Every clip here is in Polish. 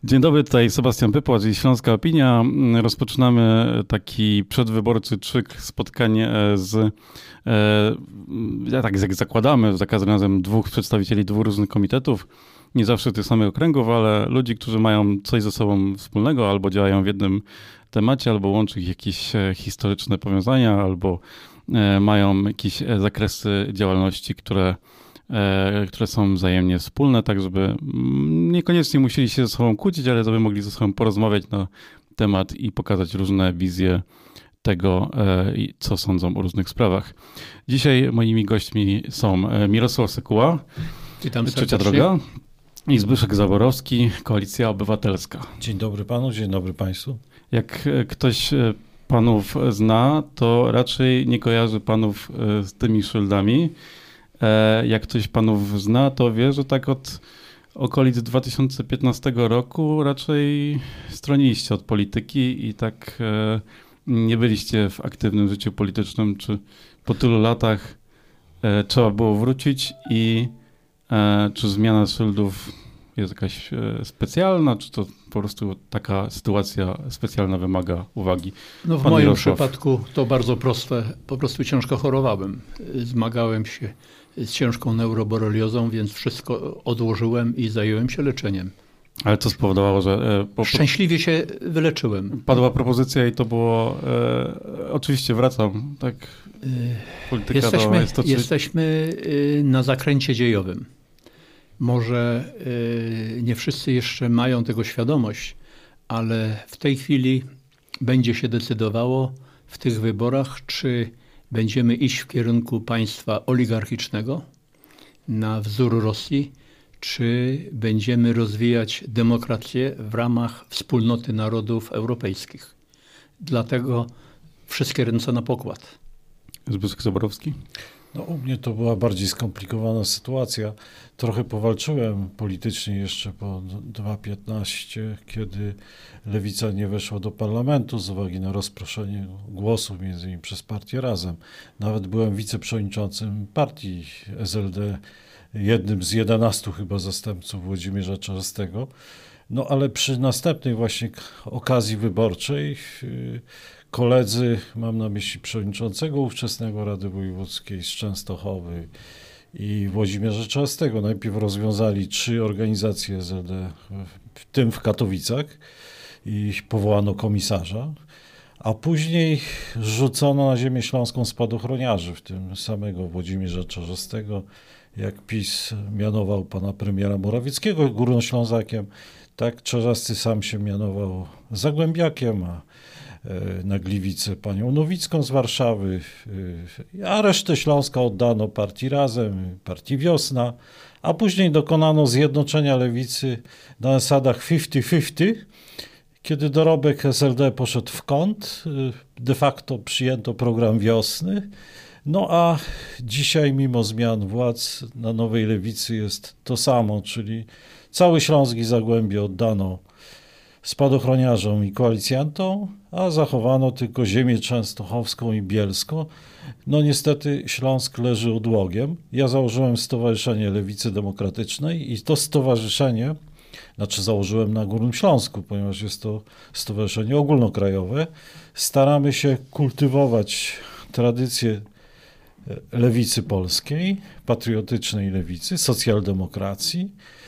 Dzień dobry, tutaj Sebastian Pypłacz, czyli Śląska Opinia. Rozpoczynamy taki przedwyborczy cykl spotkań tak jak zakładamy, za każdym razem dwóch przedstawicieli dwóch różnych komitetów, nie zawsze tych samych okręgów, ale ludzi, którzy mają coś ze sobą wspólnego, albo działają w jednym temacie, albo łączy ich jakieś historyczne powiązania, albo mają jakieś zakresy działalności, które są wzajemnie wspólne, tak żeby niekoniecznie musieli się ze sobą kłócić, ale żeby mogli ze sobą porozmawiać na temat i pokazać różne wizje tego, co sądzą o różnych sprawach. Dzisiaj moimi gośćmi są Mirosław Sekuła, Witam Trzecia serdecznie. Droga, i Zbyszek Zaborowski, Koalicja Obywatelska. Dzień dobry panu, dzień dobry państwu. Jak ktoś panów zna, to raczej nie kojarzy panów z tymi szyldami. Jak ktoś panów zna, to wie, że tak od okolic 2015 roku raczej stroniliście od polityki i tak nie byliście w aktywnym życiu politycznym. Czy po tylu latach trzeba było wrócić i czy zmiana szyldów jest jakaś specjalna, czy to po prostu taka sytuacja specjalna wymaga uwagi? No w moim przypadku to bardzo proste. Po prostu ciężko chorowałem. Zmagałem się z ciężką neuroboreliozą, więc wszystko odłożyłem i zająłem się leczeniem. Ale co spowodowało, że... Szczęśliwie się wyleczyłem. Padła propozycja i to było... oczywiście wracam, tak? Polityka Jesteśmy na zakręcie dziejowym. Może nie wszyscy jeszcze mają tego świadomość, ale w tej chwili będzie się decydowało w tych wyborach, czy będziemy iść w kierunku państwa oligarchicznego na wzór Rosji, czy będziemy rozwijać demokrację w ramach wspólnoty narodów europejskich. Dlatego wszystkie ręce na pokład. Zbyszek Zaborowski? No, u mnie to była bardziej skomplikowana sytuacja. Trochę powalczyłem politycznie jeszcze po 2015, kiedy Lewica nie weszła do parlamentu z uwagi na rozproszenie głosów, między innymi przez partię Razem. Nawet byłem wiceprzewodniczącym partii SLD, jednym z 11 chyba zastępców Włodzimierza Czarzastego. No ale przy następnej właśnie okazji wyborczej koledzy, mam na myśli przewodniczącego ówczesnego Rady Wojewódzkiej z Częstochowy i Włodzimierza Czarzastego, najpierw rozwiązali 3 organizacje SLD, w tym w Katowicach, i powołano komisarza, a później rzucono na ziemię śląską spadochroniarzy, w tym samego Włodzimierza Czarzastego, jak PiS mianował pana premiera Morawieckiego Górnoślązakiem, tak Czarzasty sam się mianował Zagłębiakiem, a na Gliwice panią Nowicką z Warszawy, a resztę Śląska oddano partii Razem, partii Wiosna, a później dokonano zjednoczenia lewicy na zasadach 50-50, kiedy dorobek SLD poszedł w kąt, de facto przyjęto program Wiosny, no a dzisiaj mimo zmian władz na nowej lewicy jest to samo, czyli cały Śląsk i Zagłębie oddano spadochroniarzom i koalicjantom, a zachowano tylko ziemię częstochowską i bielską. No niestety Śląsk leży odłogiem. Ja założyłem Stowarzyszenie Lewicy Demokratycznej i to stowarzyszenie, założyłem na Górnym Śląsku, ponieważ jest to stowarzyszenie ogólnokrajowe. Staramy się kultywować tradycję lewicy polskiej, patriotycznej lewicy, socjaldemokracji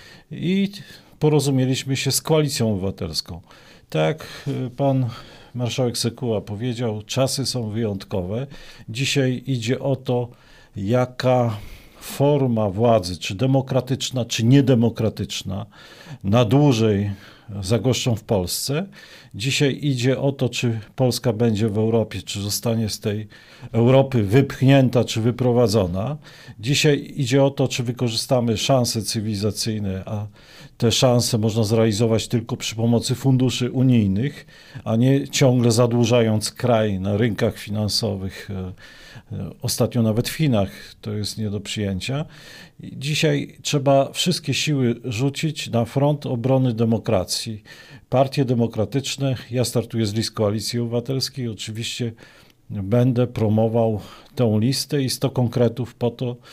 i porozumieliśmy się z Koalicją Obywatelską. Tak jak pan marszałek Sekuła powiedział, czasy są wyjątkowe. Dzisiaj idzie o to, jaka forma władzy, czy demokratyczna, czy niedemokratyczna, na dłużej zagoszczą w Polsce. Dzisiaj idzie o to, czy Polska będzie w Europie, czy zostanie z tej Europy wypchnięta, czy wyprowadzona. Dzisiaj idzie o to, czy wykorzystamy szanse cywilizacyjne, a te szanse można zrealizować tylko przy pomocy funduszy unijnych, a nie ciągle zadłużając kraj na rynkach finansowych. Ostatnio nawet w Chinach to jest nie do przyjęcia. Dzisiaj trzeba wszystkie siły rzucić na front obrony demokracji. Partie demokratyczne, ja startuję z list Koalicji Obywatelskiej, oczywiście będę promował tę listę i 100 konkretów po to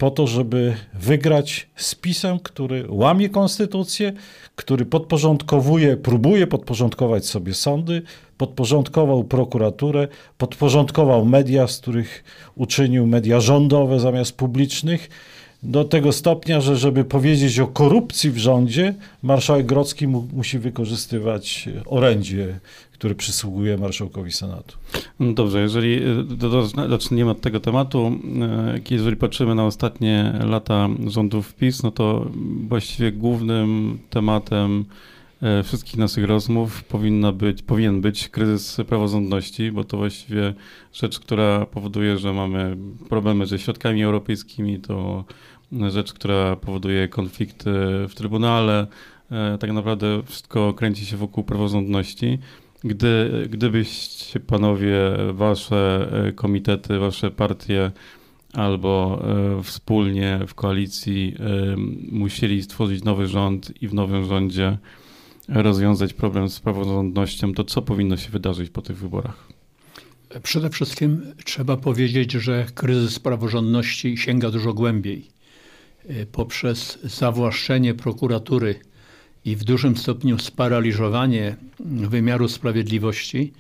po to, żeby wygrać z PiS-em, który łamie konstytucję, który próbuje podporządkować sobie sądy, podporządkował prokuraturę, podporządkował media, z których uczynił media rządowe zamiast publicznych, do tego stopnia, że żeby powiedzieć o korupcji w rządzie, marszałek Grodzki musi wykorzystywać orędzie, które przysługuje marszałkowi Senatu. No dobrze, jeżeli zaczniemy od tego tematu, jeżeli patrzymy na ostatnie lata rządów PiS, no to właściwie głównym tematem wszystkich naszych rozmów powinien być kryzys praworządności, bo to właściwie rzecz, która powoduje, że mamy problemy ze środkami europejskimi, to rzecz, która powoduje konflikty w Trybunale. Tak naprawdę wszystko kręci się wokół praworządności. Gdybyście panowie, wasze komitety, wasze partie albo wspólnie w koalicji musieli stworzyć nowy rząd i w nowym rządzie rozwiązać problem z praworządnością, to co powinno się wydarzyć po tych wyborach? Przede wszystkim trzeba powiedzieć, że kryzys praworządności sięga dużo głębiej. Poprzez zawłaszczenie prokuratury i w dużym stopniu sparaliżowanie wymiaru sprawiedliwości,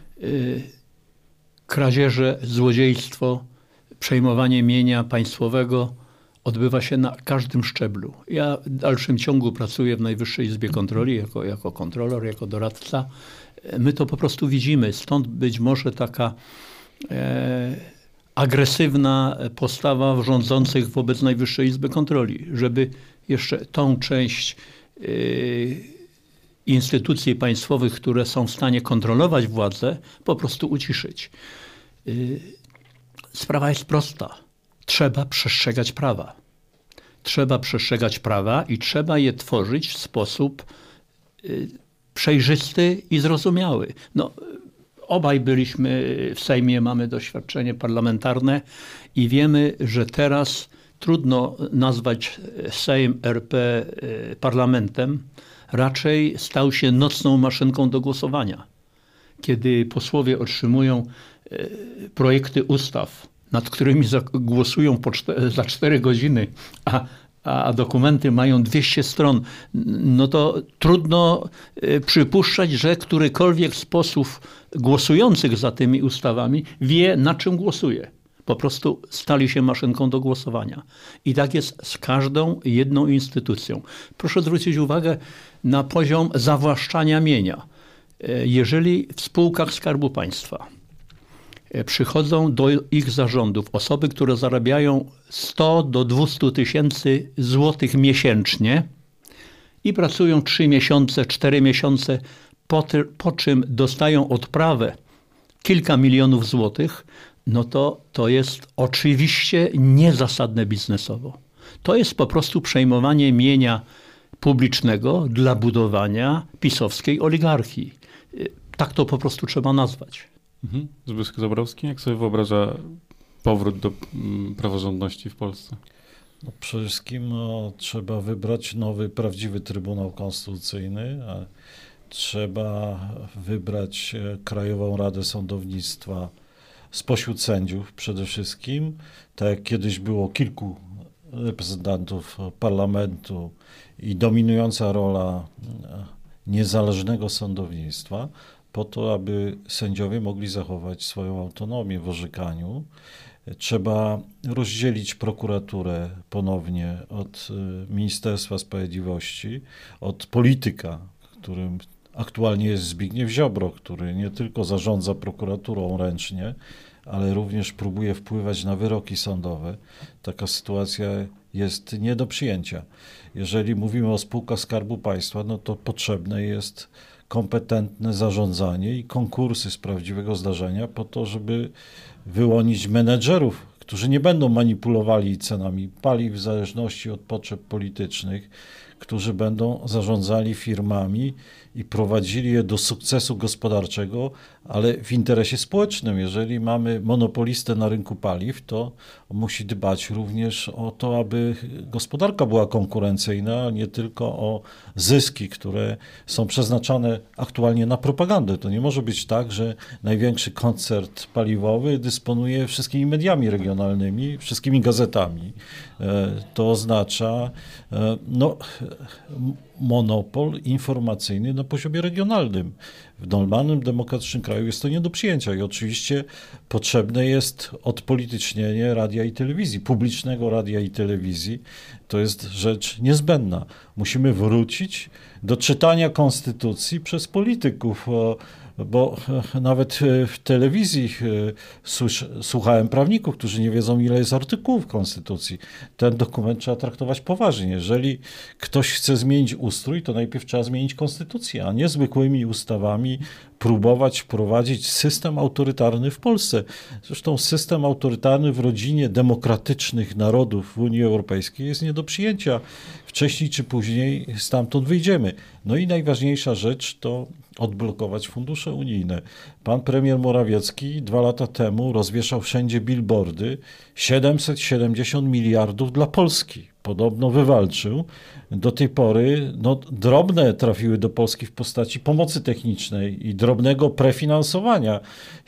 kradzieże, złodziejstwo, przejmowanie mienia państwowego odbywa się na każdym szczeblu. Ja w dalszym ciągu pracuję w Najwyższej Izbie Kontroli jako kontrolor, jako doradca. My to po prostu widzimy. Stąd być może taka agresywna postawa rządzących wobec Najwyższej Izby Kontroli, żeby jeszcze tą część instytucji państwowych, które są w stanie kontrolować władzę, po prostu uciszyć. Sprawa jest prosta. Trzeba przestrzegać prawa. Trzeba przestrzegać prawa i trzeba je tworzyć w sposób przejrzysty i zrozumiały. No, obaj byliśmy w Sejmie, mamy doświadczenie parlamentarne i wiemy, że teraz trudno nazwać Sejm RP parlamentem. Raczej stał się nocną maszynką do głosowania. Kiedy posłowie otrzymują projekty ustaw, nad którymi głosują za 4 godziny, a dokumenty mają 200 stron, no to trudno przypuszczać, że którykolwiek z posłów głosujących za tymi ustawami wie, na czym głosuje. Po prostu stali się maszynką do głosowania. I tak jest z każdą jedną instytucją. Proszę zwrócić uwagę na poziom zawłaszczania mienia. Jeżeli w spółkach Skarbu Państwa przychodzą do ich zarządów osoby, które zarabiają 100 do 200 tysięcy złotych miesięcznie i pracują 3 miesiące, 4 miesiące, po czym dostają odprawę kilka milionów złotych, no to jest oczywiście niezasadne biznesowo. To jest po prostu przejmowanie mienia publicznego dla budowania pisowskiej oligarchii. Tak to po prostu trzeba nazwać. Zbyszek Zaborowski, jak sobie wyobraża powrót do praworządności w Polsce? No przede wszystkim trzeba wybrać nowy, prawdziwy Trybunał Konstytucyjny, a trzeba wybrać Krajową Radę Sądownictwa spośród sędziów przede wszystkim, tak jak kiedyś było kilku reprezentantów parlamentu i dominująca rola niezależnego sądownictwa, po to, aby sędziowie mogli zachować swoją autonomię w orzekaniu. Trzeba rozdzielić prokuraturę ponownie od Ministerstwa Sprawiedliwości, od polityka, którym aktualnie jest Zbigniew Ziobro, który nie tylko zarządza prokuraturą ręcznie, ale również próbuje wpływać na wyroki sądowe. Taka sytuacja jest nie do przyjęcia. Jeżeli mówimy o spółkach Skarbu Państwa, no to potrzebne jest kompetentne zarządzanie i konkursy z prawdziwego zdarzenia po to, żeby wyłonić menedżerów, którzy nie będą manipulowali cenami paliw w zależności od potrzeb politycznych, którzy będą zarządzali firmami i prowadzili je do sukcesu gospodarczego, ale w interesie społecznym. Jeżeli mamy monopolistę na rynku paliw, to musi dbać również o to, aby gospodarka była konkurencyjna, a nie tylko o zyski, które są przeznaczane aktualnie na propagandę. To nie może być tak, że największy koncern paliwowy dysponuje wszystkimi mediami regionalnymi, wszystkimi gazetami. To oznacza monopol informacyjny na poziomie regionalnym. W normalnym, demokratycznym kraju jest to nie do przyjęcia i oczywiście potrzebne jest odpolitycznienie radia i telewizji, publicznego radia i telewizji. To jest rzecz niezbędna. Musimy wrócić do czytania konstytucji przez polityków, bo nawet w telewizji słuchałem prawników, którzy nie wiedzą, ile jest artykułów Konstytucji. Ten dokument trzeba traktować poważnie. Jeżeli ktoś chce zmienić ustrój, to najpierw trzeba zmienić konstytucję, a nie zwykłymi ustawami próbować wprowadzić system autorytarny w Polsce. Zresztą system autorytarny w rodzinie demokratycznych narodów w Unii Europejskiej jest nie do przyjęcia. Wcześniej czy później stamtąd wyjdziemy. No i najważniejsza rzecz to odblokować fundusze unijne. Pan premier Morawiecki 2 lata temu rozwieszał wszędzie billboardy 770 miliardów dla Polski. Podobno wywalczył. Do tej pory drobne trafiły do Polski w postaci pomocy technicznej i drobnego prefinansowania.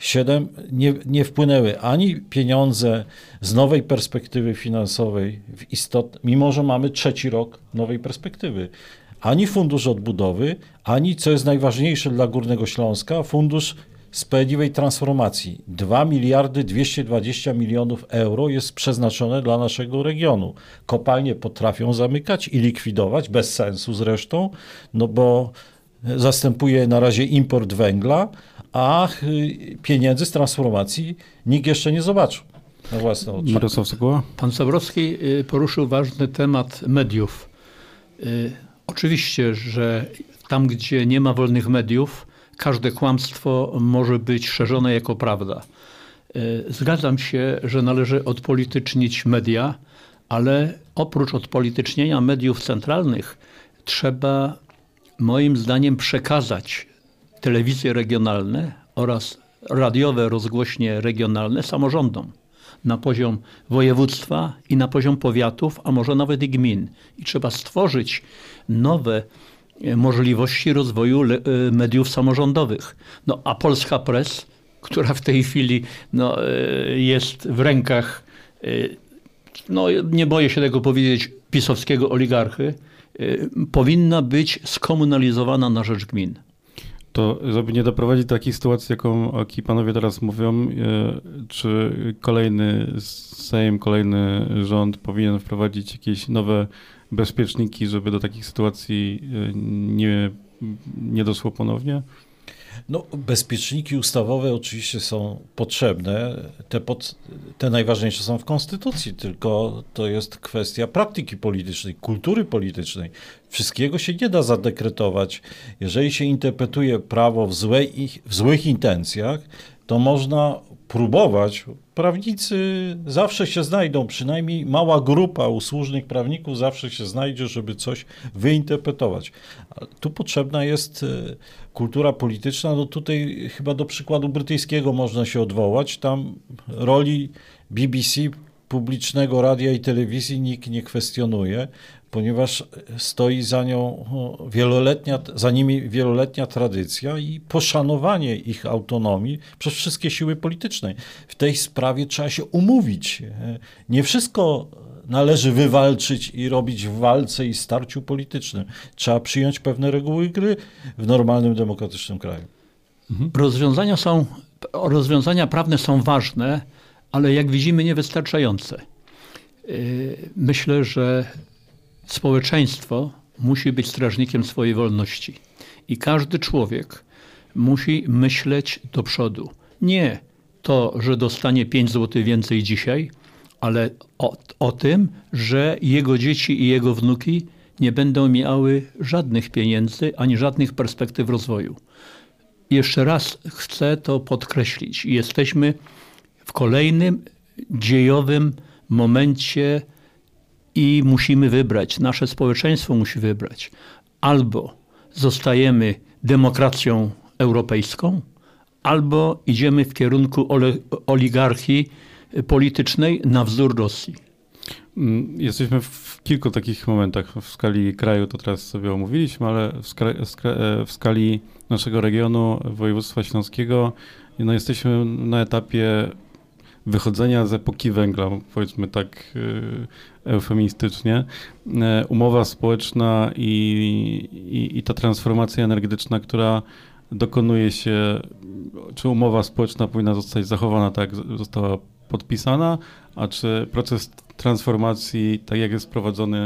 Nie wpłynęły ani pieniądze z nowej perspektywy finansowej, mimo że mamy 3. rok nowej perspektywy. Ani fundusz odbudowy, ani, co jest najważniejsze dla Górnego Śląska, fundusz sprawiedliwej transformacji. 2 miliardy 220 milionów euro jest przeznaczone dla naszego regionu. Kopalnie potrafią zamykać i likwidować, bez sensu zresztą, bo zastępuje na razie import węgla, a pieniędzy z transformacji nikt jeszcze nie zobaczył na własne oczy. Mirosław Sekuła? Pan Zabrowski poruszył ważny temat mediów. Oczywiście, że tam, gdzie nie ma wolnych mediów, każde kłamstwo może być szerzone jako prawda. Zgadzam się, że należy odpolitycznić media, ale oprócz odpolitycznienia mediów centralnych trzeba moim zdaniem przekazać telewizje regionalne oraz radiowe rozgłośnie regionalne samorządom na poziom województwa i na poziom powiatów, a może nawet i gmin. I trzeba stworzyć nowe możliwości rozwoju mediów samorządowych. A Polska Press, która w tej chwili jest w rękach, nie boję się tego powiedzieć, pisowskiego oligarchy, powinna być skomunalizowana na rzecz gmin. To żeby nie doprowadzić do takiej sytuacji, jaki panowie teraz mówią, czy kolejny Sejm, kolejny rząd powinien wprowadzić jakieś nowe bezpieczniki, żeby do takich sytuacji nie doszło ponownie? Bezpieczniki ustawowe oczywiście są potrzebne. Te najważniejsze są w Konstytucji, tylko to jest kwestia praktyki politycznej, kultury politycznej. Wszystkiego się nie da zadekretować. Jeżeli się interpretuje prawo w złych intencjach, to można próbować. Prawnicy zawsze się znajdą, przynajmniej mała grupa usłużnych prawników zawsze się znajdzie, żeby coś wyinterpretować. Tu potrzebna jest kultura polityczna. Tutaj chyba do przykładu brytyjskiego można się odwołać. Tam roli BBC, publicznego radia i telewizji nikt nie kwestionuje, ponieważ stoi za nimi wieloletnia tradycja i poszanowanie ich autonomii przez wszystkie siły polityczne. W tej sprawie trzeba się umówić. Nie wszystko należy wywalczyć i robić w walce i starciu politycznym. Trzeba przyjąć pewne reguły gry w normalnym, demokratycznym kraju. Rozwiązania prawne są ważne, ale jak widzimy niewystarczające. Myślę, że społeczeństwo musi być strażnikiem swojej wolności i każdy człowiek musi myśleć do przodu. Nie to, że dostanie 5 zł więcej dzisiaj, ale o tym, że jego dzieci i jego wnuki nie będą miały żadnych pieniędzy ani żadnych perspektyw rozwoju. Jeszcze raz chcę to podkreślić. Jesteśmy w kolejnym dziejowym momencie i musimy wybrać, nasze społeczeństwo musi wybrać. Albo zostajemy demokracją europejską, albo idziemy w kierunku oligarchii politycznej na wzór Rosji. Jesteśmy w kilku takich momentach. W skali kraju to teraz sobie omówiliśmy, ale w skali naszego regionu, województwa śląskiego, no jesteśmy na etapie wychodzenia z epoki węgla, powiedzmy tak eufemistycznie. Umowa społeczna i ta transformacja energetyczna, która dokonuje się, czy umowa społeczna powinna zostać zachowana tak, jak została podpisana, a czy proces transformacji, tak jak jest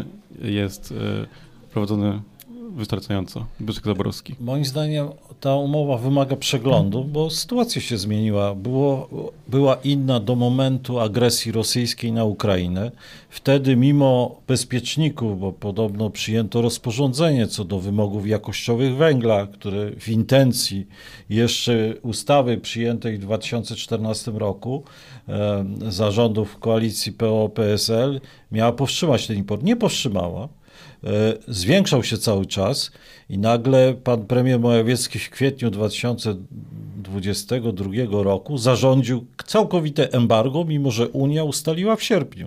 prowadzony wystarczająco? Zbyszek Zaborowski. Moim zdaniem ta umowa wymaga przeglądu, bo sytuacja się zmieniła. Była inna do momentu agresji rosyjskiej na Ukrainę. Wtedy mimo bezpieczników, bo podobno przyjęto rozporządzenie co do wymogów jakościowych węgla, które w intencji jeszcze ustawy przyjętej w 2014 roku zarządów koalicji PO-PSL miała powstrzymać ten import. Nie powstrzymała. Zwiększał się cały czas i nagle pan premier Morawiecki w kwietniu 2022 roku zarządził całkowite embargo, mimo że Unia ustaliła w sierpniu.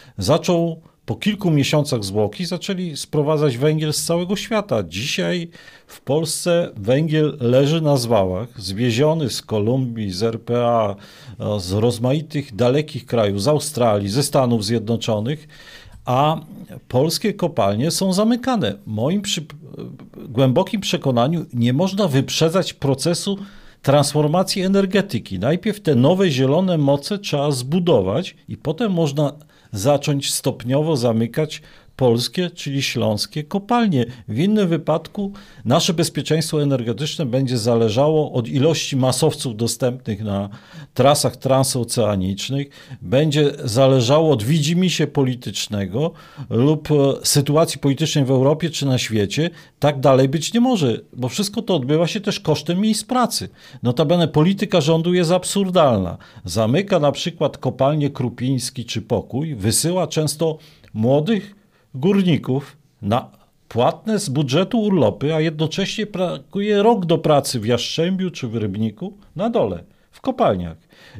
Po kilku miesiącach zwłoki zaczęli sprowadzać węgiel z całego świata. Dzisiaj w Polsce węgiel leży na zwałach, zwieziony z Kolumbii, z RPA, z rozmaitych dalekich krajów, z Australii, ze Stanów Zjednoczonych, a polskie kopalnie są zamykane. W moim głębokim przekonaniu nie można wyprzedzać procesu transformacji energetyki. Najpierw te nowe zielone moce trzeba zbudować i potem można zacząć stopniowo zamykać polskie, czyli śląskie kopalnie. W innym wypadku nasze bezpieczeństwo energetyczne będzie zależało od ilości masowców dostępnych na trasach transoceanicznych, będzie zależało od widzimisię politycznego lub sytuacji politycznej w Europie czy na świecie. Tak dalej być nie może, bo wszystko to odbywa się też kosztem miejsc pracy. Notabene polityka rządu jest absurdalna. Zamyka na przykład kopalnię Krupiński czy Pokój, wysyła często młodych górników na płatne z budżetu urlopy, a jednocześnie brakuje rok do pracy w Jastrzębiu czy w Rybniku na dole, w kopalniach.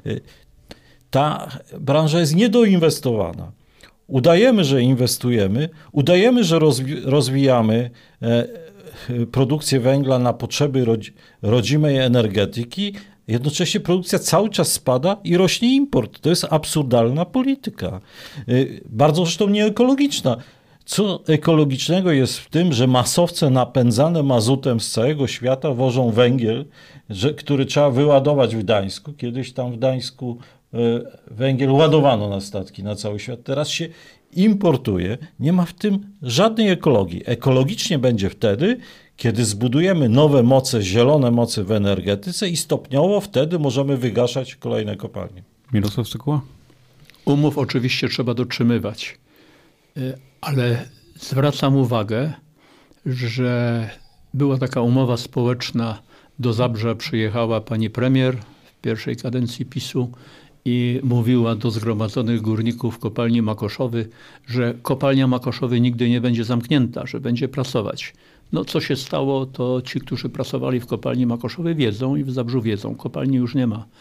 Ta branża jest niedoinwestowana. Udajemy, że inwestujemy, udajemy, że rozwijamy produkcję węgla na potrzeby rodzimej energetyki, jednocześnie produkcja cały czas spada i rośnie import. To jest absurdalna polityka. Bardzo zresztą nieekologiczna. Co ekologicznego jest w tym, że masowce napędzane mazutem z całego świata wożą węgiel, który trzeba wyładować w Gdańsku. Kiedyś tam w Gdańsku węgiel ładowano na statki na cały świat. Teraz się importuje. Nie ma w tym żadnej ekologii. Ekologicznie będzie wtedy, kiedy zbudujemy nowe moce, zielone moce w energetyce i stopniowo wtedy możemy wygaszać kolejne kopalnie. Mirosław Sekuła? Umów oczywiście trzeba dotrzymywać, ale zwracam uwagę, że była taka umowa społeczna, do Zabrza przyjechała pani premier w pierwszej kadencji PiS-u i mówiła do zgromadzonych górników kopalni Makoszowy, że kopalnia Makoszowy nigdy nie będzie zamknięta, że będzie pracować. No co się stało, to ci, którzy pracowali w kopalni Makoszowej wiedzą i w Zabrzu wiedzą, kopalni już nie ma.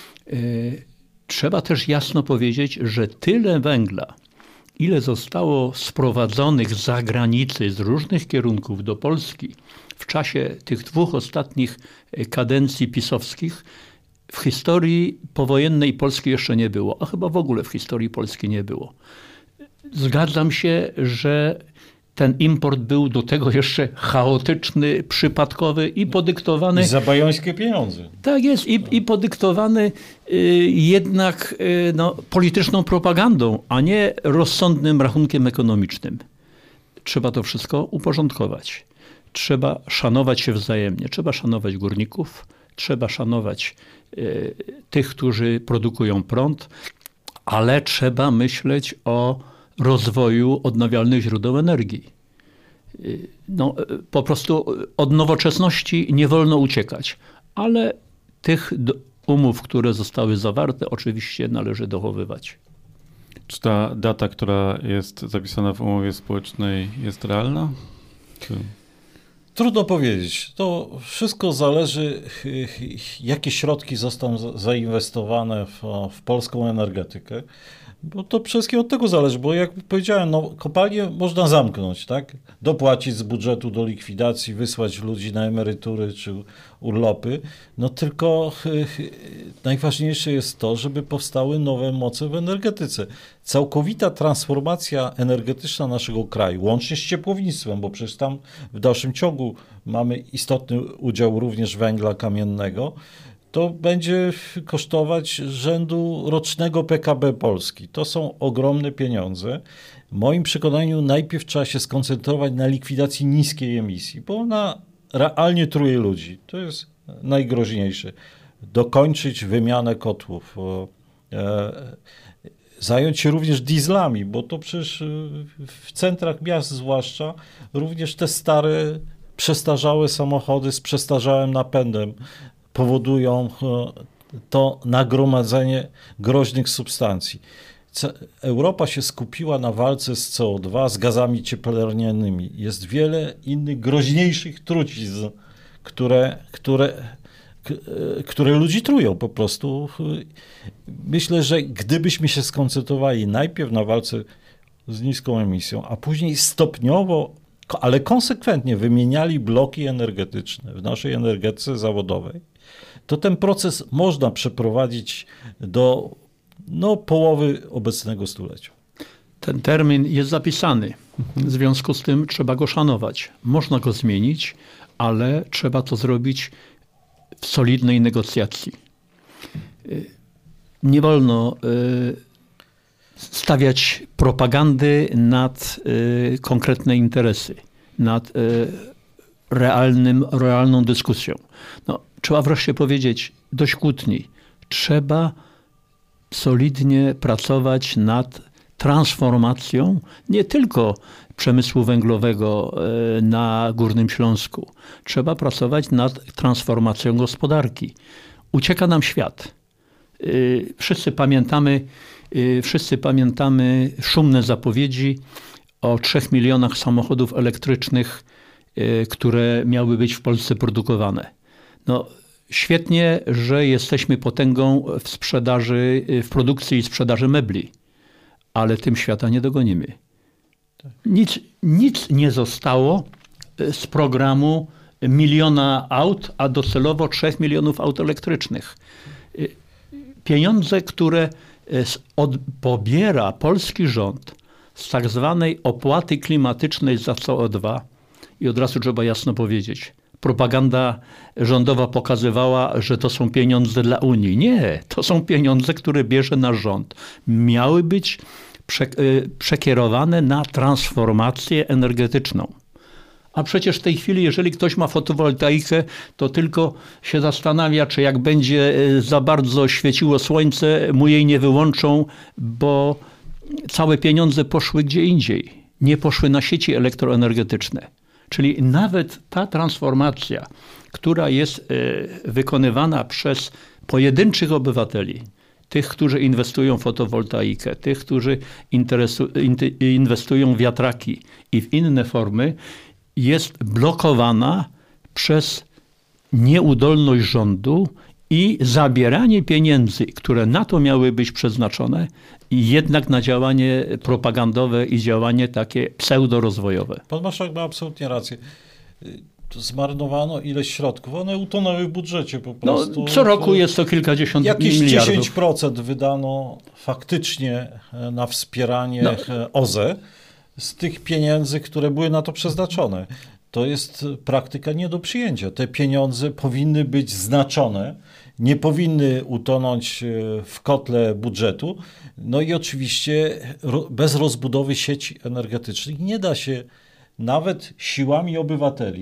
Trzeba też jasno powiedzieć, że tyle węgla, ile zostało sprowadzonych z zagranicy, z różnych kierunków do Polski w czasie tych dwóch ostatnich kadencji pisowskich, w historii powojennej Polski jeszcze nie było, a chyba w ogóle w historii Polski nie było. Zgadzam się, że ten import był do tego jeszcze chaotyczny, przypadkowy i podyktowany... I za bajońskie pieniądze. Tak jest, i podyktowany jednak polityczną propagandą, a nie rozsądnym rachunkiem ekonomicznym. Trzeba to wszystko uporządkować. Trzeba szanować się wzajemnie. Trzeba szanować górników, trzeba szanować tych, którzy produkują prąd, ale trzeba myśleć o rozwoju odnawialnych źródeł energii. Po prostu od nowoczesności nie wolno uciekać, ale tych umów, które zostały zawarte, oczywiście należy dochowywać. Czy ta data, która jest zapisana w umowie społecznej, jest realna? Czy... Trudno powiedzieć. To wszystko zależy, jakie środki zostaną zainwestowane w polską energetykę. Bo to wszystkie od tego zależy, bo jak powiedziałem, no, kopalnię można zamknąć, tak? Dopłacić z budżetu do likwidacji, wysłać ludzi na emerytury czy urlopy. No tylko najważniejsze jest to, żeby powstały nowe moce w energetyce. Całkowita transformacja energetyczna naszego kraju, łącznie z ciepłownictwem, bo przecież tam w dalszym ciągu mamy istotny udział również węgla kamiennego, to będzie kosztować rzędu rocznego PKB Polski. To są ogromne pieniądze. W moim przekonaniu najpierw trzeba się skoncentrować na likwidacji niskiej emisji, bo ona realnie truje ludzi. To jest najgroźniejsze. Dokończyć wymianę kotłów, zająć się również dieslami, bo to przecież w centrach miast zwłaszcza również te stare, przestarzałe samochody z przestarzałym napędem powodują to nagromadzenie groźnych substancji. Europa się skupiła na walce z CO2, z gazami cieplarnianymi. Jest wiele innych groźniejszych trucizn, które ludzi trują po prostu. Myślę, że gdybyśmy się skoncentrowali najpierw na walce z niską emisją, a później stopniowo, ale konsekwentnie wymieniali bloki energetyczne w naszej energetyce zawodowej, to ten proces można przeprowadzić do połowy obecnego stulecia. Ten termin jest zapisany. W związku z tym trzeba go szanować. Można go zmienić, ale trzeba to zrobić w solidnej negocjacji. Nie wolno stawiać propagandy nad konkretne interesy, nad realną dyskusją. No, trzeba wreszcie powiedzieć dość kłótni. Trzeba solidnie pracować nad transformacją nie tylko przemysłu węglowego na Górnym Śląsku. Trzeba pracować nad transformacją gospodarki. Ucieka nam świat. Wszyscy pamiętamy szumne zapowiedzi o 3 milionach samochodów elektrycznych, które miały być w Polsce produkowane. No, świetnie, że jesteśmy potęgą w sprzedaży, w produkcji i sprzedaży mebli, ale tym świata nie dogonimy. Nic nie zostało z programu 1 miliona aut, a docelowo 3 milionów aut elektrycznych. Pieniądze, które pobiera polski rząd z tak zwanej opłaty klimatycznej za CO2, i od razu trzeba jasno powiedzieć, propaganda rządowa pokazywała, że to są pieniądze dla Unii. Nie, to są pieniądze, które bierze nasz rząd. Miały być przekierowane na transformację energetyczną. A przecież w tej chwili, jeżeli ktoś ma fotowoltaikę, to tylko się zastanawia, czy jak będzie za bardzo świeciło słońce, mu jej nie wyłączą, bo całe pieniądze poszły gdzie indziej. Nie poszły na sieci elektroenergetyczne. Czyli nawet ta transformacja, która jest wykonywana przez pojedynczych obywateli, tych, którzy inwestują w fotowoltaikę, tych, którzy inwestują w wiatraki i w inne formy, jest blokowana przez nieudolność rządu i zabieranie pieniędzy, które na to miały być przeznaczone, jednak na działanie propagandowe i działanie takie pseudorozwojowe. Pan marszałek ma absolutnie rację. Zmarnowano ileś środków. One utonęły w budżecie po prostu. No, co roku jest to kilkadziesiąt miliardów. Jakieś 10% wydano faktycznie na wspieranie OZE z tych pieniędzy, które były na to przeznaczone. To jest praktyka nie do przyjęcia. Te pieniądze powinny być znaczone, nie powinny utonąć w kotle budżetu. No i oczywiście bez rozbudowy sieci energetycznych nie da się nawet siłami obywateli,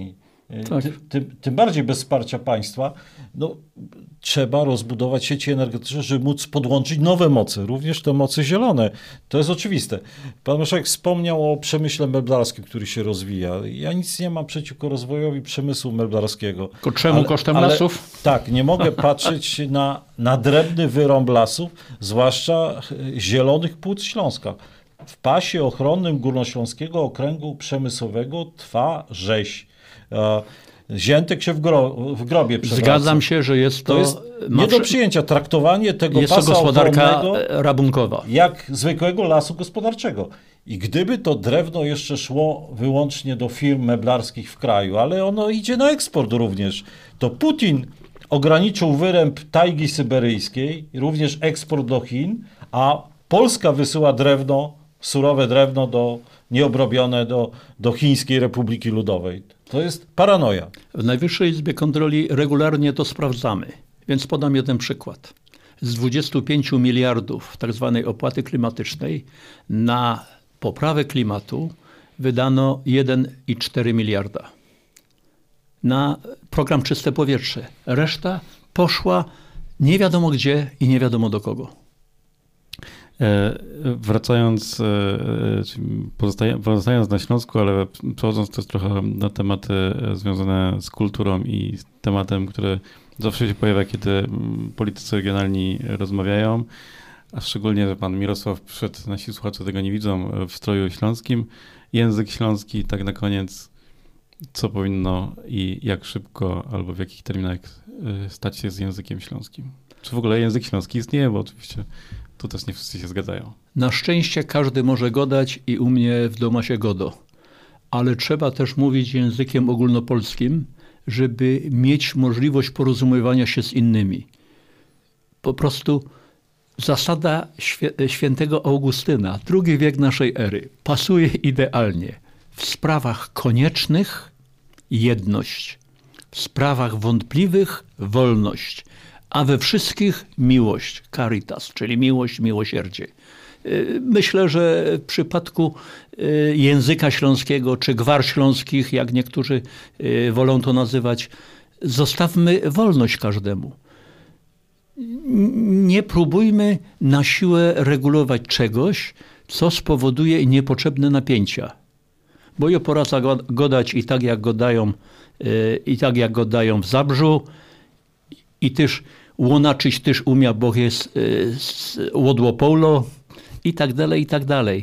Tak. Tym bardziej bez wsparcia państwa, no, trzeba rozbudować sieci energetyczne, żeby móc podłączyć nowe moce, również te moce zielone. To jest oczywiste. Pan marszałek wspomniał o przemyśle meblarskim, który się rozwija. Ja nic nie mam przeciwko rozwojowi przemysłu meblarskiego. Tylko czemu kosztem lasów? Tak, nie mogę patrzeć na drewny wyrąb lasów, zwłaszcza zielonych płuc Śląska. W pasie ochronnym Górnośląskiego Okręgu Przemysłowego trwa rzeź. Ziętek się w grobie przewraca. Zgadzam się, że jest to nie do przyjęcia traktowanie tego jest pasa to gospodarka ochronnego rabunkowa. jak zwykłego lasu gospodarczego. I gdyby to drewno jeszcze szło wyłącznie do firm meblarskich w kraju, ale ono idzie na eksport również, to Putin ograniczył wyręb tajgi syberyjskiej, również eksport do Chin, a Polska wysyła drewno, surowe drewno nieobrobione do Chińskiej Republiki Ludowej. To jest paranoja. W Najwyższej Izbie Kontroli regularnie to sprawdzamy, więc podam jeden przykład. Z 25 miliardów tak zwanej opłaty klimatycznej na poprawę klimatu wydano 1,4 miliarda. Na program Czyste Powietrze. Reszta poszła nie wiadomo gdzie i nie wiadomo do kogo. Wracając, pozostając na Śląsku, ale przechodząc też trochę na tematy związane z kulturą i z tematem, który zawsze się pojawia, kiedy politycy regionalni rozmawiają, a szczególnie, że pan Mirosław przyszedł, nasi słuchacze tego nie widzą, w stroju śląskim. Język śląski, tak na koniec, co powinno i jak szybko albo w jakich terminach stać się z językiem śląskim? Czy w ogóle język śląski istnieje? Bo oczywiście tu też nie wszyscy się zgadzają. Na szczęście każdy może godać i u mnie w domu się godo. Ale trzeba też mówić językiem ogólnopolskim, żeby mieć możliwość porozumiewania się z innymi. Po prostu zasada świętego Augustyna, II wiek naszej ery, pasuje idealnie. W sprawach koniecznych jedność, w sprawach wątpliwych wolność, a we wszystkich miłość, caritas, czyli miłość, miłosierdzie. Myślę, że w przypadku języka śląskiego, czy gwar śląskich, jak niektórzy wolą to nazywać, zostawmy wolność każdemu. Nie próbujmy na siłę regulować czegoś, co spowoduje niepotrzebne napięcia. Bo je pora godać i tak jak godają w Zabrzu, i też łonaczyć też umia, bo jest łodłopolo i tak dalej, i tak dalej.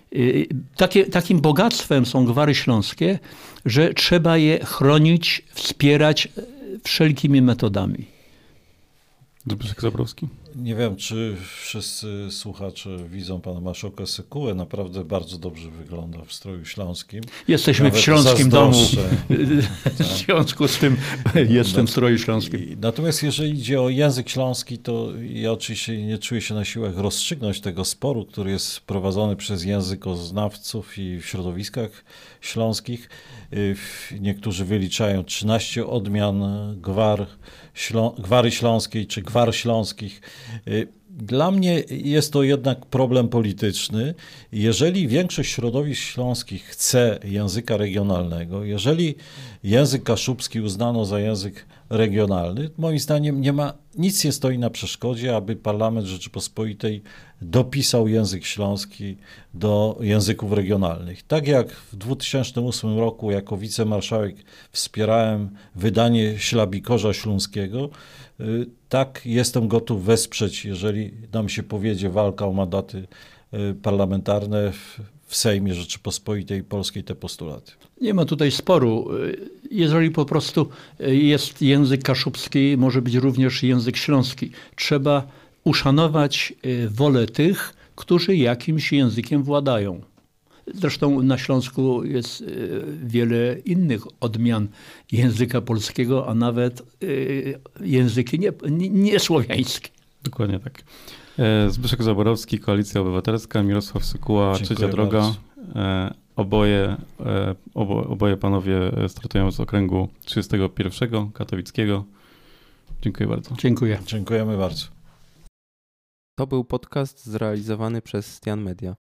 Takim bogactwem są gwary śląskie, że trzeba je chronić, wspierać wszelkimi metodami. Zbyszek Zabrowski. Nie wiem, czy wszyscy słuchacze widzą pana marszałka Sekułę. Naprawdę bardzo dobrze wygląda w stroju śląskim. Jesteśmy Nawet w śląskim domu. Tak. W związku z tym jestem w stroju śląskim. Natomiast jeżeli idzie o język śląski, to ja oczywiście nie czuję się na siłach rozstrzygnąć tego sporu, który jest prowadzony przez językoznawców i w środowiskach śląskich. Niektórzy wyliczają 13 odmian gwary śląskiej czy gwar śląskich. Dla mnie jest to jednak problem polityczny. Jeżeli większość środowisk śląskich chce języka regionalnego, jeżeli język kaszubski uznano za język regionalny, moim zdaniem nic nie stoi na przeszkodzie, aby Parlament Rzeczypospolitej dopisał język śląski do języków regionalnych. Tak jak w 2008 roku jako wicemarszałek wspierałem wydanie Ślabikorza Śląskiego, tak jestem gotów wesprzeć, jeżeli nam się powiedzie walka o mandaty parlamentarne w Sejmie Rzeczypospolitej Polskiej te postulaty. Nie ma tutaj sporu. Jeżeli po prostu jest język kaszubski, może być również język śląski. Trzeba uszanować wolę tych, którzy jakimś językiem władają. Zresztą na Śląsku jest wiele innych odmian języka polskiego, a nawet języki niesłowiańskie. Dokładnie tak. Zbyszek Zaborowski, Koalicja Obywatelska, Mirosław Sekuła, Trzecia Droga. Oboje panowie startują z okręgu 31 katowickiego. Dziękuję bardzo. Dziękuję. Dziękujemy bardzo. To był podcast zrealizowany przez Stian Media.